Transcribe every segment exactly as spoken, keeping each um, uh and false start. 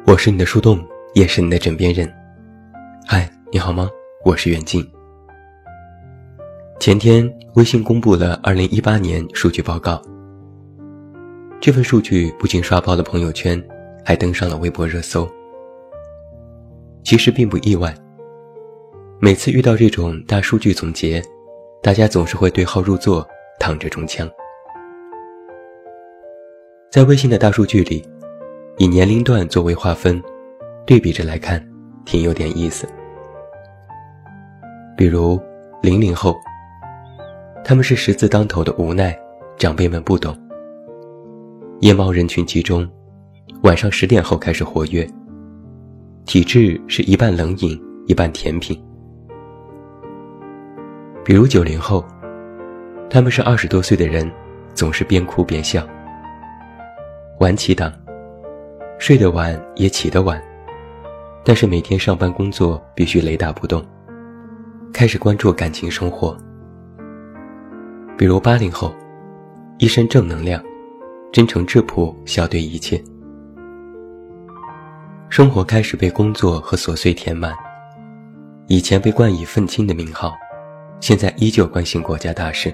我是你的树洞，也是你的枕边人。嗨，你好吗？我是袁静。前天微信公布了二零一八年数据报告，这份数据不仅刷爆了朋友圈，还登上了微博热搜。其实并不意外，每次遇到这种大数据总结，大家总是会对号入座，躺着中枪。在微信的大数据里，以年龄段作为划分，对比着来看，挺有点意思。比如零零后，他们是十字当头的无奈，长辈们不懂。夜猫人群集中，晚上十点后开始活跃，体质是一半冷饮，一半甜品。比如九零后，他们是二十多岁的人，总是边哭边笑。晚起党，睡得晚也起得晚，但是每天上班工作必须雷打不动，开始关注感情生活。比如八零后，一身正能量，真诚质朴，笑对一切。生活开始被工作和琐碎填满，以前被冠以愤青的名号，现在依旧关心国家大事。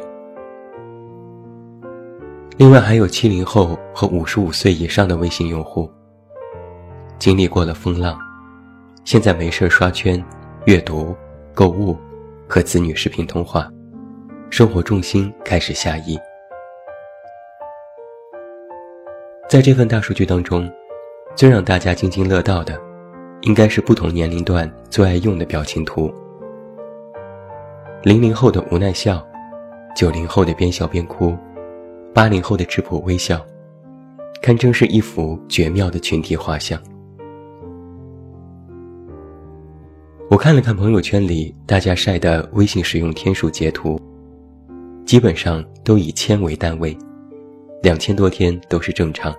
另外还有七零后和五十五岁以上的微信用户，经历过了风浪，现在没事刷圈、阅读、购物和子女视频通话，生活重心开始下移。在这份大数据当中，最让大家津津乐道的，应该是不同年龄段最爱用的表情图。零零后的无奈笑，九零后的边笑边哭，八零后的质朴微笑，堪称是一幅绝妙的群体画像。我看了看朋友圈里大家晒的微信使用天数截图，基本上都以千为单位，两千多天都是正常。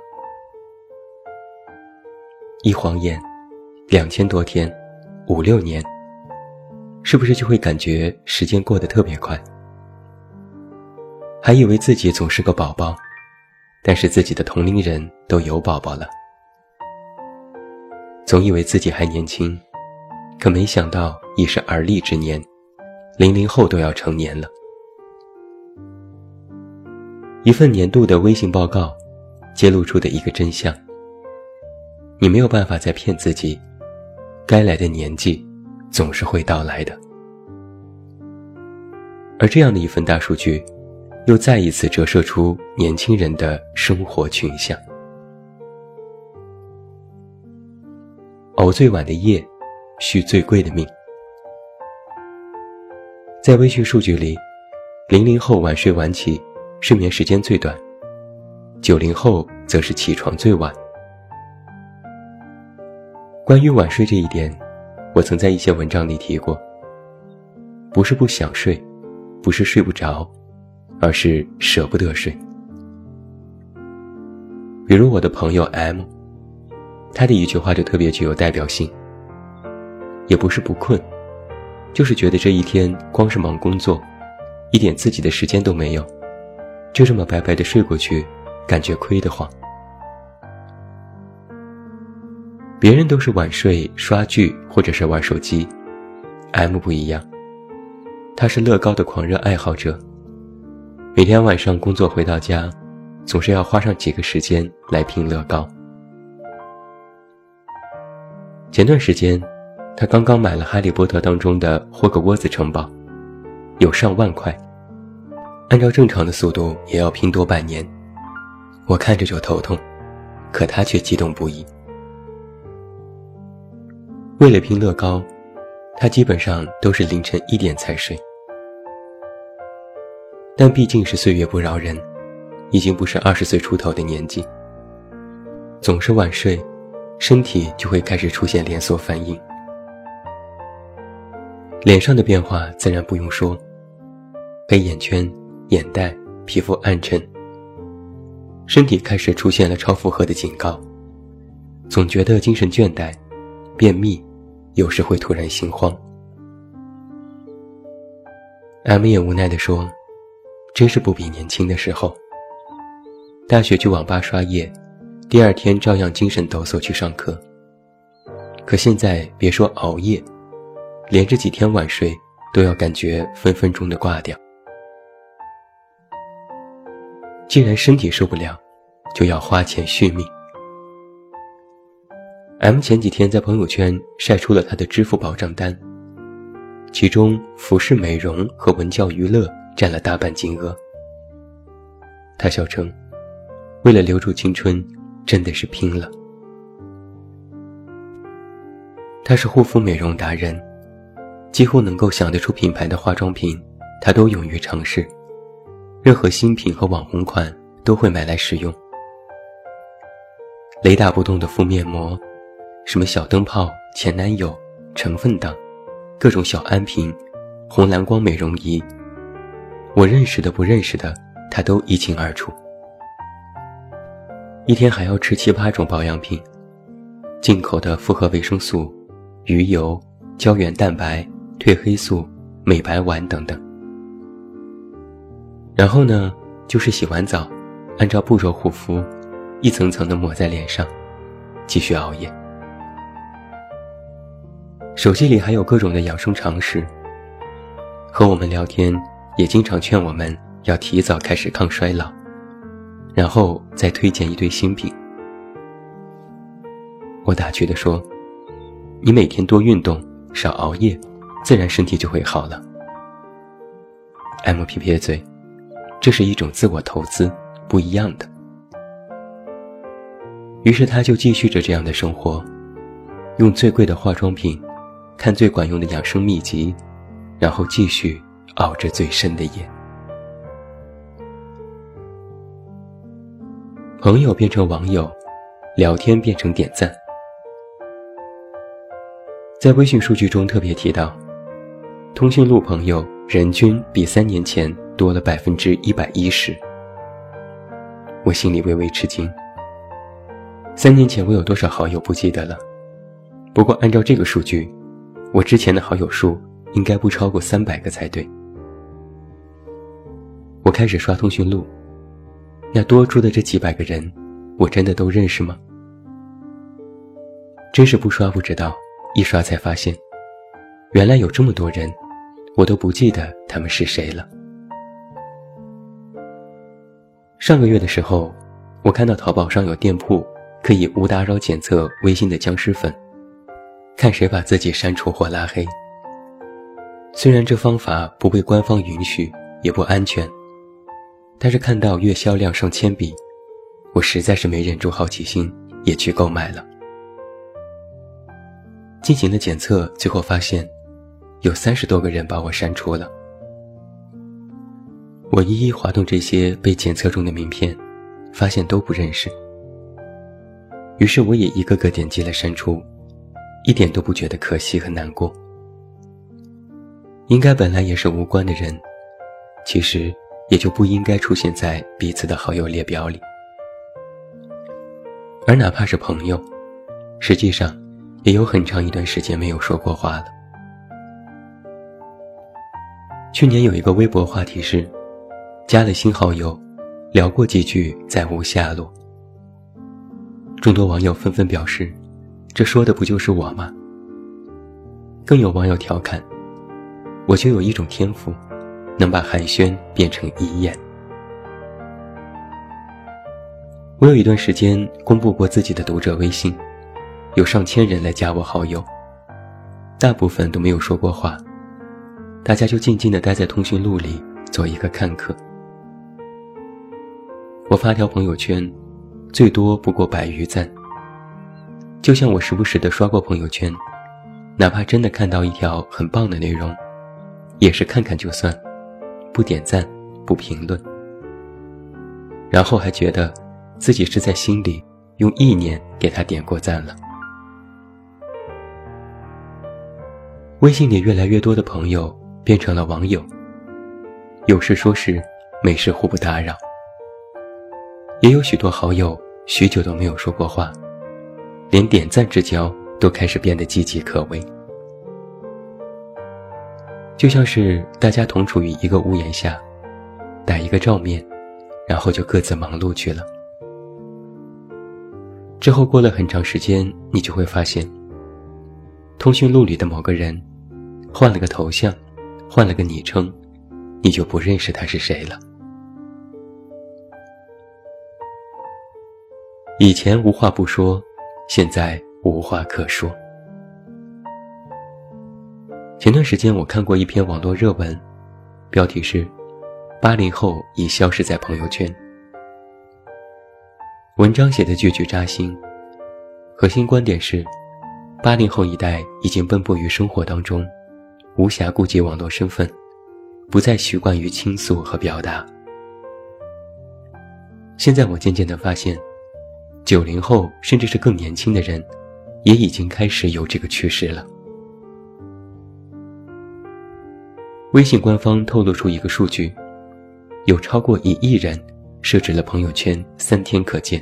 一晃眼，两千多天，五六年，是不是就会感觉时间过得特别快？还以为自己总是个宝宝，但是自己的同龄人都有宝宝了。总以为自己还年轻，可没想到已是而立之年，零零后都要成年了。一份年度的微信报告揭露出的一个真相，你没有办法再骗自己，该来的年纪总是会到来的。而这样的一份大数据又再一次折射出年轻人的生活群像。熬最晚的夜，续最贵的命。在微信数据里，零零后晚睡晚起，睡眠时间最短，九零后则是起床最晚。关于晚睡这一点，我曾在一些文章里提过，不是不想睡，不是睡不着，而是舍不得睡。比如我的朋友 M， 他的一句话就特别具有代表性，也不是不困，就是觉得这一天光是忙工作，一点自己的时间都没有，就这么白白的睡过去，感觉亏得慌。别人都是晚睡刷剧或者是玩手机， M 不一样，他是乐高的狂热爱好者，每天晚上工作回到家，总是要花上几个时间来拼乐高。前段时间他刚刚买了哈利波特当中的霍格沃兹城堡，有上万块，按照正常的速度也要拼多半年，我看着就头痛，可他却激动不已。为了拼乐高，他基本上都是凌晨一点才睡。但毕竟是岁月不饶人，已经不是二十岁出头的年纪，总是晚睡，身体就会开始出现连锁反应。脸上的变化自然不用说，黑眼圈、眼袋、皮肤暗沉，身体开始出现了超负荷的警告，总觉得精神倦怠、便秘，有时会突然心慌。M 也无奈地说，真是不比年轻的时候，大学去网吧刷夜，第二天照样精神抖擞去上课， 可现在别说熬夜，连着几天晚睡都要感觉分分钟的挂掉。既然身体受不了，就要花钱续命。M 前几天在朋友圈晒出了他的支付宝账单，其中服饰美容和文教娱乐占了大半金额。他笑称，为了留住青春，真的是拼了。他是护肤美容达人，几乎能够想得出品牌的化妆品，他都勇于尝试，任何新品和网红款都会买来使用。雷打不动的敷面膜，什么小灯泡、前男友、成分党，各种小安瓶、红蓝光美容仪，我认识的不认识的他都一清二楚。一天还要吃七八种保养品，进口的复合维生素、鱼油、胶原蛋白、褪黑素、美白丸等等。然后呢，就是洗完澡，按照步骤护肤，一层层的抹在脸上，继续熬夜。手机里还有各种的养生常识，和我们聊天也经常劝我们要提早开始抗衰老，然后再推荐一堆新品。我打趣地说，你每天多运动，少熬夜，自然身体就会好了。 M 撇撇嘴，这是一种自我投资，不一样的。于是他就继续着这样的生活，用最贵的化妆品，看最管用的养生秘籍，然后继续熬着最深的夜。朋友变成网友，聊天变成点赞。在微信数据中特别提到，通讯录朋友人均比三年前多了百分之一百一十。我心里微微吃惊。三年前我有多少好友不记得了，不过按照这个数据，我之前的好友数应该不超过三百个才对。我开始刷通讯录，那多出的这几百个人，我真的都认识吗？真是不刷不知道，一刷才发现，原来有这么多人，我都不记得他们是谁了。上个月的时候，我看到淘宝上有店铺可以无打扰检测微信的僵尸粉，看谁把自己删除或拉黑。虽然这方法不被官方允许，也不安全，但是看到月销量上千笔，我实在是没忍住好奇心，也去购买了。进行了检测，最后发现有三十多个人把我删除了。我一一滑动这些被检测中的名片，发现都不认识。于是我也一个个点击了删除，一点都不觉得可惜和难过。应该本来也是无关的人，其实也就不应该出现在彼此的好友列表里。而哪怕是朋友，实际上也有很长一段时间没有说过话了。去年有一个微博话题是，加了新好友，聊过几句再无下落。众多网友纷纷表示，这说的不就是我吗？更有网友调侃，我就有一种天赋，能把寒暄变成遗言。我有一段时间公布过自己的读者微信，有上千人来加我好友，大部分都没有说过话，大家就静静地待在通讯录里做一个看客。我发条朋友圈，最多不过百余赞，就像我时不时地刷过朋友圈，哪怕真的看到一条很棒的内容，也是看看就算，不点赞，不评论，然后还觉得自己是在心里用意念给他点过赞了。微信里越来越多的朋友变成了网友，有事说事，没事互不打扰。也有许多好友许久都没有说过话，连点赞之交都开始变得岌岌可危。就像是大家同处于一个屋檐下，打一个照面，然后就各自忙碌去了。之后过了很长时间，你就会发现， 通讯录里的某个人换了个头像，换了个昵称，你就不认识他是谁了。以前无话不说，现在无话可说。前段时间我看过一篇网络热文，标题是八零后已消失在朋友圈。文章写得句句扎心，核心观点是八零后一代已经奔波于生活当中，无暇顾及网络身份，不再习惯于倾诉和表达。现在我渐渐地发现，九零后甚至是更年轻的人也已经开始有这个趋势了。微信官方透露出一个数据，有超过一亿人设置了朋友圈三天可见。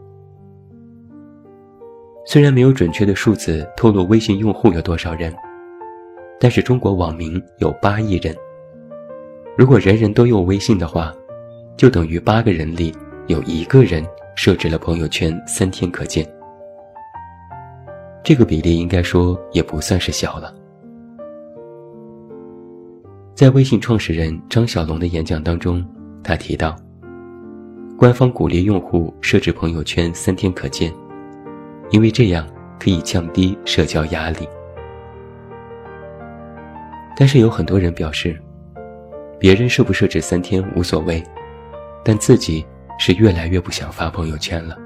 虽然没有准确的数字透露微信用户有多少人，但是中国网民有八亿人。如果人人都用微信的话，就等于八个人里有一个人设置了朋友圈三天可见。这个比例应该说也不算是小了。在微信创始人张小龙的演讲当中，他提到，官方鼓励用户设置朋友圈三天可见，因为这样可以降低社交压力。但是有很多人表示，别人设不设置三天无所谓，但自己是越来越不想发朋友圈了。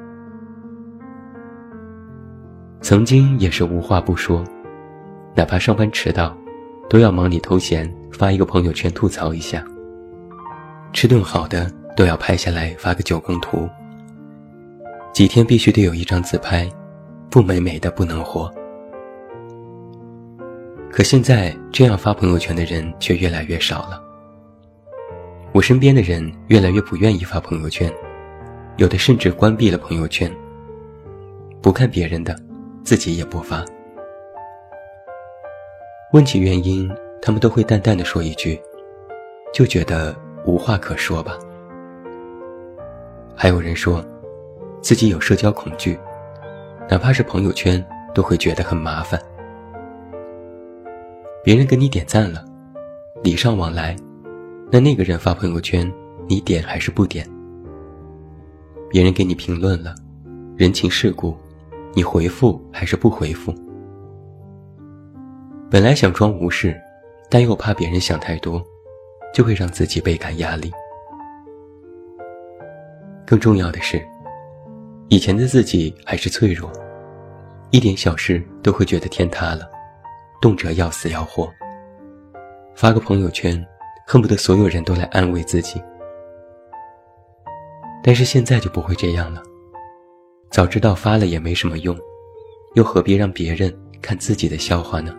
曾经也是无话不说，哪怕上班迟到，都要忙里偷闲发一个朋友圈吐槽一下，吃顿好的都要拍下来发个九宫图，几天必须得有一张自拍，不美美的不能活。可现在这样发朋友圈的人却越来越少了。我身边的人越来越不愿意发朋友圈，有的甚至关闭了朋友圈，不看别人的，自己也不发。问起原因，他们都会淡淡地说一句，就觉得无话可说吧。还有人说自己有社交恐惧，哪怕是朋友圈都会觉得很麻烦。别人给你点赞了，礼尚往来，那那个人发朋友圈，你点还是不点？别人给你评论了，人情世故，你回复还是不回复？本来想装无视，但又怕别人想太多，就会让自己倍感压力。更重要的是，以前的自己还是脆弱，一点小事都会觉得天塌了，动辄要死要活，发个朋友圈恨不得所有人都来安慰自己。但是现在就不会这样了，早知道发了也没什么用，又何必让别人看自己的笑话呢？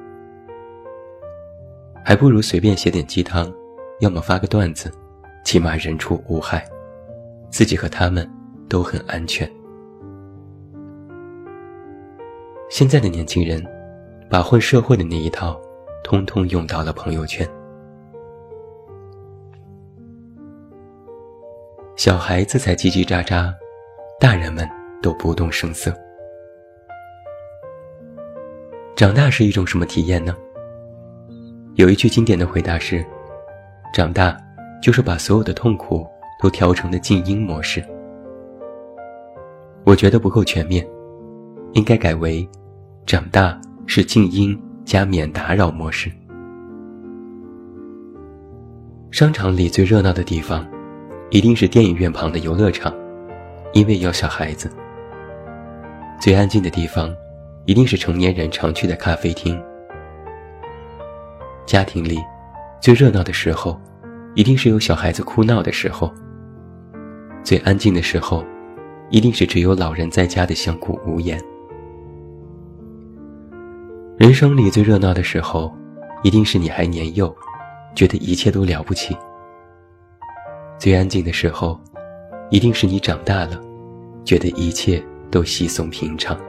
还不如随便写点鸡汤，要么发个段子，起码人畜无害，自己和他们都很安全。现在的年轻人把混社会的那一套通通用到了朋友圈。小孩子才叽叽喳喳，大人们都不动声色。长大是一种什么体验呢？有一句经典的回答是，长大就是把所有的痛苦都调成了静音模式。我觉得不够全面，应该改为长大是静音加免打扰模式。商场里最热闹的地方一定是电影院旁的游乐场，因为有小孩子。最安静的地方一定是成年人常去的咖啡厅。家庭里最热闹的时候一定是有小孩子哭闹的时候。最安静的时候一定是只有老人在家的相顾无言。人生里最热闹的时候一定是你还年幼，觉得一切都了不起。最安静的时候一定是你长大了，觉得一切都稀松平常。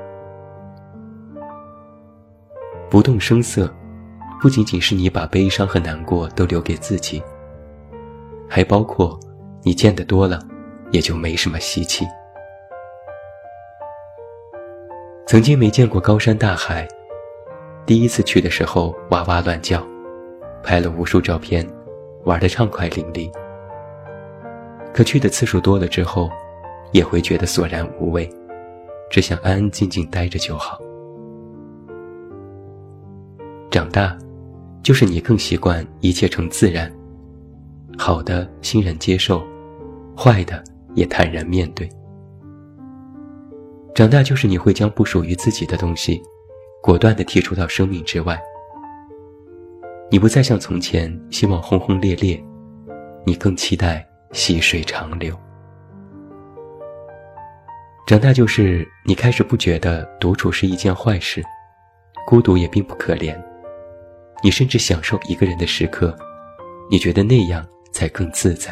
不动声色不仅仅是你把悲伤和难过都留给自己，还包括你见得多了也就没什么稀奇。曾经没见过高山大海， 第一次去的时候哇哇乱叫，拍了无数照片，玩得畅快淋漓。可去的次数多了之后，也会觉得索然无味，只想安安静静待着就好。长大，就是你更习惯一切成自然，好的欣然接受，坏的也坦然面对。长大就是你会将不属于自己的东西果断地剔除到生命之外。你不再像从前希望轰轰烈烈，你更期待细水长流。长大就是你开始不觉得独处是一件坏事，孤独也并不可怜，你甚至享受一个人的时刻，你觉得那样才更自在。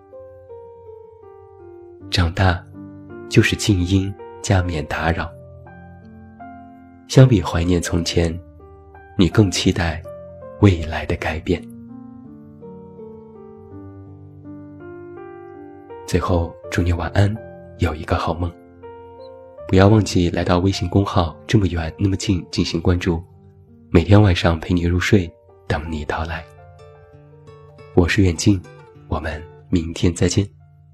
长大就是静音加免打扰。相比怀念从前，你更期待未来的改变。最后祝你晚安，有一个好梦。不要忘记来到微信公号这么远那么近进行关注，每天晚上陪你入睡，等你到来。我是远近，我们明天再见。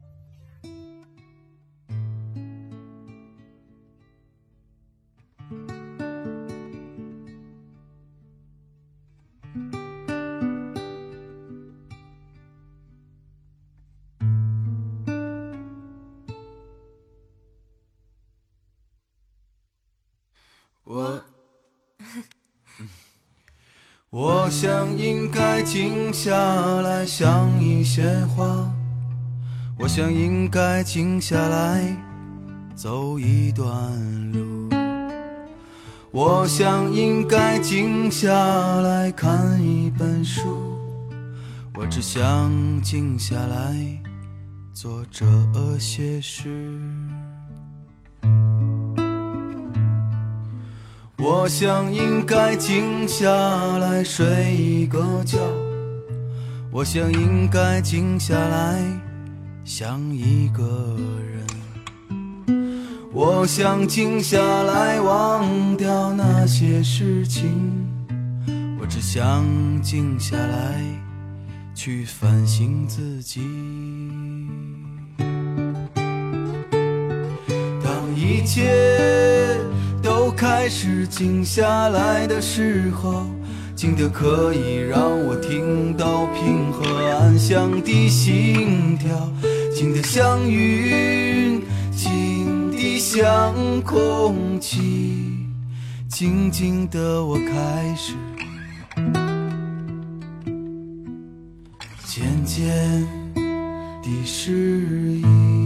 我我想应该静下来想一些话，我想应该静下来走一段路，我想应该静下来看一本书，我只想静下来做这些事。我想应该静下来睡一个觉，我想应该静下来想一个人，我想静下来忘掉那些事情，我只想静下来去反省自己。当一切都开始静下来的时候，静得可以让我听到平和安详的心跳，静得像云，静得像空气，静静的我开始渐渐地适应。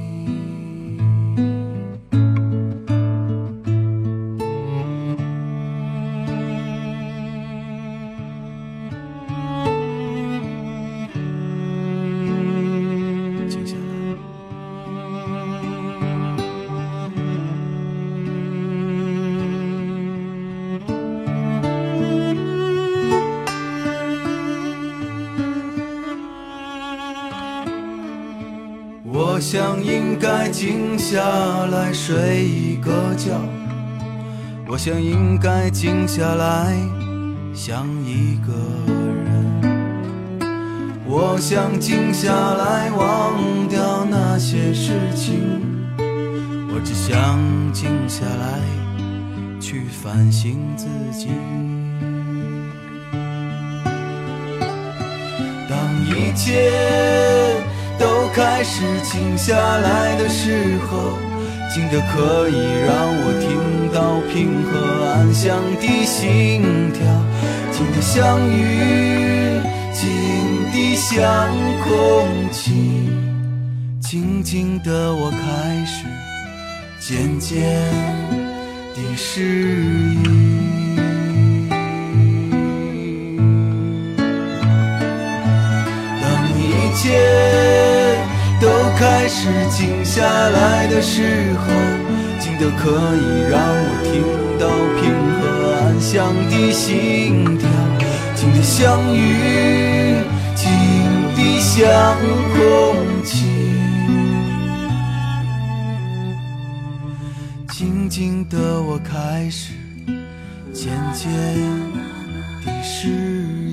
我想应该静下来睡一个觉，我想应该静下来想一个人，我想静下来忘掉那些事情，我只想静下来去反省自己。当一切都开始静下来的时候，静得可以让我听到平和安详的心跳，静得像云，静得像空气，静静的我开始渐渐地适应。当一切都开始静下来的时候，静得可以让我听到平和安详的心跳，静得像云，静得像空气，静静的我开始渐渐的逝